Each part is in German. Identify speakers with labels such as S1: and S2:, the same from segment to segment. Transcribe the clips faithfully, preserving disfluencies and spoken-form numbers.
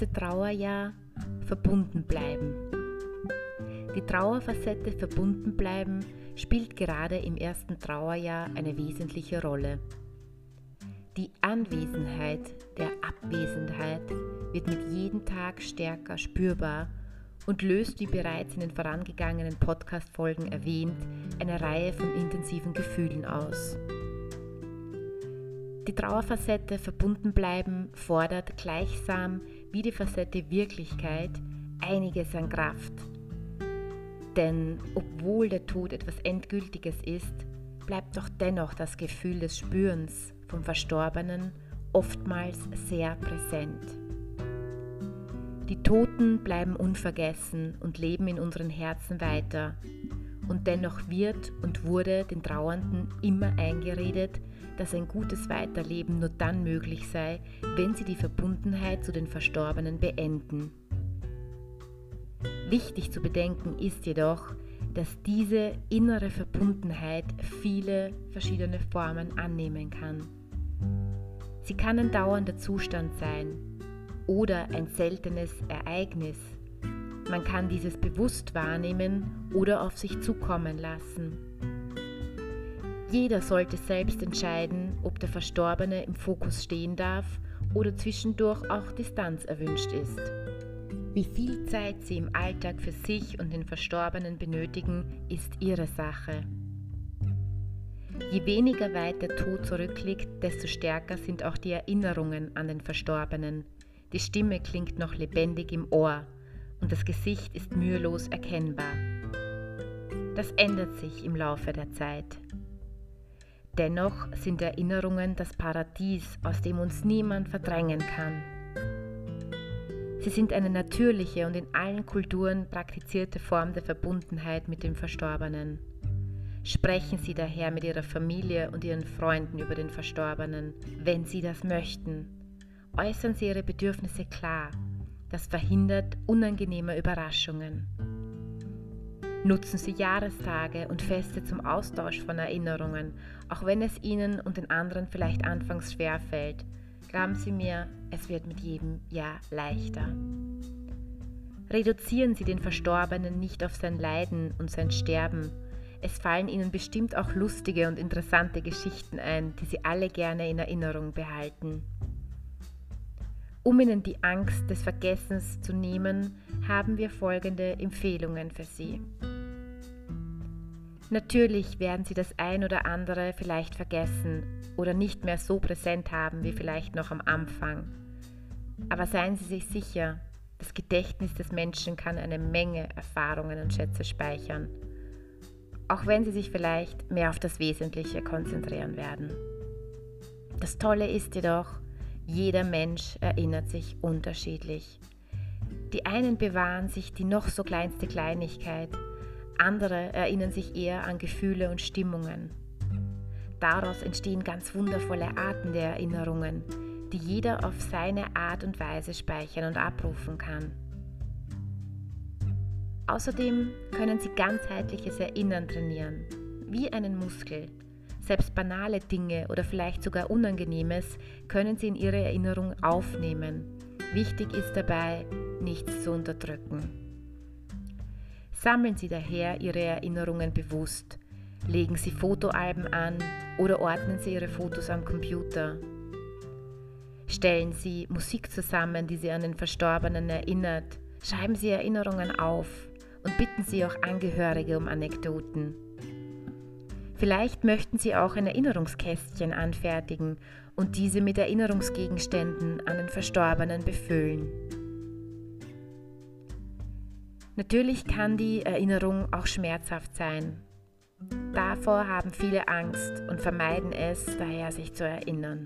S1: erste Trauerjahr verbunden bleiben. Die Trauerfacette verbunden bleiben spielt gerade im ersten Trauerjahr eine wesentliche Rolle. Die Anwesenheit der Abwesenheit wird mit jedem Tag stärker spürbar und löst, wie bereits in den vorangegangenen Podcast-Folgen erwähnt, eine Reihe von intensiven Gefühlen aus. Die Trauerfacette verbunden bleiben fordert gleichsam wie die Facette Wirklichkeit einiges an Kraft. Denn obwohl der Tod etwas Endgültiges ist, bleibt doch dennoch das Gefühl des Spürens vom Verstorbenen oftmals sehr präsent. Die Toten bleiben unvergessen und leben in unseren Herzen weiter. Und dennoch wird und wurde den Trauernden immer eingeredet, dass ein gutes Weiterleben nur dann möglich sei, wenn sie die Verbundenheit zu den Verstorbenen beenden. Wichtig zu bedenken ist jedoch, dass diese innere Verbundenheit viele verschiedene Formen annehmen kann. Sie kann ein dauernder Zustand sein oder ein seltenes Ereignis. Man kann dieses bewusst wahrnehmen oder auf sich zukommen lassen. Jeder sollte selbst entscheiden, ob der Verstorbene im Fokus stehen darf oder zwischendurch auch Distanz erwünscht ist. Wie viel Zeit Sie im Alltag für sich und den Verstorbenen benötigen, ist Ihre Sache. Je weniger weit der Tod zurückliegt, desto stärker sind auch die Erinnerungen an den Verstorbenen. Die Stimme klingt noch lebendig im Ohr und das Gesicht ist mühelos erkennbar. Das ändert sich im Laufe der Zeit. Dennoch sind Erinnerungen das Paradies, aus dem uns niemand verdrängen kann. Sie sind eine natürliche und in allen Kulturen praktizierte Form der Verbundenheit mit dem Verstorbenen. Sprechen Sie daher mit Ihrer Familie und Ihren Freunden über den Verstorbenen, wenn Sie das möchten. Äußern Sie Ihre Bedürfnisse klar. Das verhindert unangenehme Überraschungen. Nutzen Sie Jahrestage und Feste zum Austausch von Erinnerungen, auch wenn es Ihnen und den anderen vielleicht anfangs schwerfällt. Glauben Sie mir, es wird mit jedem Jahr leichter. Reduzieren Sie den Verstorbenen nicht auf sein Leiden und sein Sterben. Es fallen Ihnen bestimmt auch lustige und interessante Geschichten ein, die Sie alle gerne in Erinnerung behalten. Um Ihnen die Angst des Vergessens zu nehmen, haben wir folgende Empfehlungen für Sie. Natürlich werden Sie das ein oder andere vielleicht vergessen oder nicht mehr so präsent haben wie vielleicht noch am Anfang. Aber seien Sie sich sicher, das Gedächtnis des Menschen kann eine Menge Erfahrungen und Schätze speichern, auch wenn Sie sich vielleicht mehr auf das Wesentliche konzentrieren werden. Das Tolle ist jedoch, jeder Mensch erinnert sich unterschiedlich. Die einen bewahren sich die noch so kleinste Kleinigkeit, andere erinnern sich eher an Gefühle und Stimmungen. Daraus entstehen ganz wundervolle Arten der Erinnerungen, die jeder auf seine Art und Weise speichern und abrufen kann. Außerdem können Sie ganzheitliches Erinnern trainieren, wie einen Muskel. Selbst banale Dinge oder vielleicht sogar Unangenehmes können Sie in Ihre Erinnerung aufnehmen. Wichtig ist dabei, nichts zu unterdrücken. Sammeln Sie daher Ihre Erinnerungen bewusst. Legen Sie Fotoalben an oder ordnen Sie Ihre Fotos am Computer. Stellen Sie Musik zusammen, die Sie an den Verstorbenen erinnert. Schreiben Sie Erinnerungen auf und bitten Sie auch Angehörige um Anekdoten. Vielleicht möchten Sie auch ein Erinnerungskästchen anfertigen und diese mit Erinnerungsgegenständen an den Verstorbenen befüllen. Natürlich kann die Erinnerung auch schmerzhaft sein. Davor haben viele Angst und vermeiden es, daher sich zu erinnern.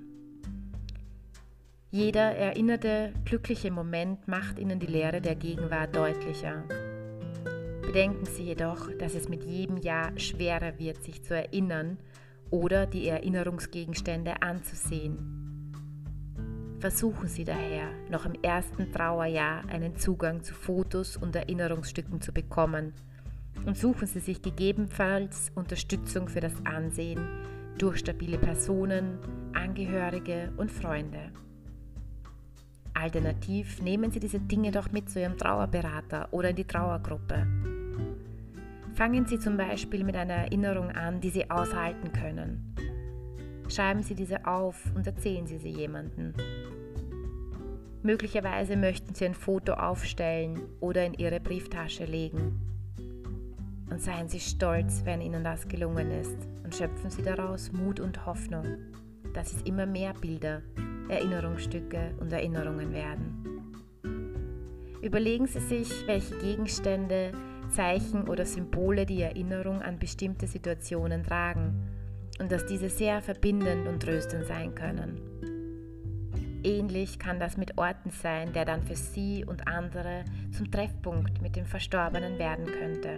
S1: Jeder erinnerte, glückliche Moment macht Ihnen die Leere der Gegenwart deutlicher. Bedenken Sie jedoch, dass es mit jedem Jahr schwerer wird, sich zu erinnern oder die Erinnerungsgegenstände anzusehen. Versuchen Sie daher, noch im ersten Trauerjahr einen Zugang zu Fotos und Erinnerungsstücken zu bekommen und suchen Sie sich gegebenenfalls Unterstützung für das Ansehen durch stabile Personen, Angehörige und Freunde. Alternativ nehmen Sie diese Dinge doch mit zu Ihrem Trauerberater oder in die Trauergruppe. Fangen Sie zum Beispiel mit einer Erinnerung an, die Sie aushalten können. Schreiben Sie diese auf und erzählen Sie sie jemandem. Möglicherweise möchten Sie ein Foto aufstellen oder in Ihre Brieftasche legen. Und seien Sie stolz, wenn Ihnen das gelungen ist, und schöpfen Sie daraus Mut und Hoffnung, dass es immer mehr Bilder, Erinnerungsstücke und Erinnerungen werden. Überlegen Sie sich, welche Gegenstände, Zeichen oder Symbole die Erinnerung an bestimmte Situationen tragen und dass diese sehr verbindend und tröstend sein können. Ähnlich kann das mit Orten sein, der dann für Sie und andere zum Treffpunkt mit dem Verstorbenen werden könnte.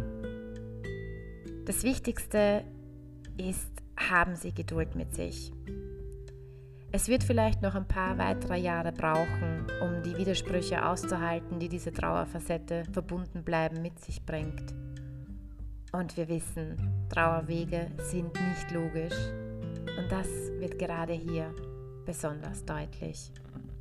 S1: Das Wichtigste ist, haben Sie Geduld mit sich. Es wird vielleicht noch ein paar weitere Jahre brauchen, um die Widersprüche auszuhalten, die diese Trauerfacette verbunden bleiben mit sich bringt. Und wir wissen, Trauerwege sind nicht logisch und das wird gerade hier besonders deutlich.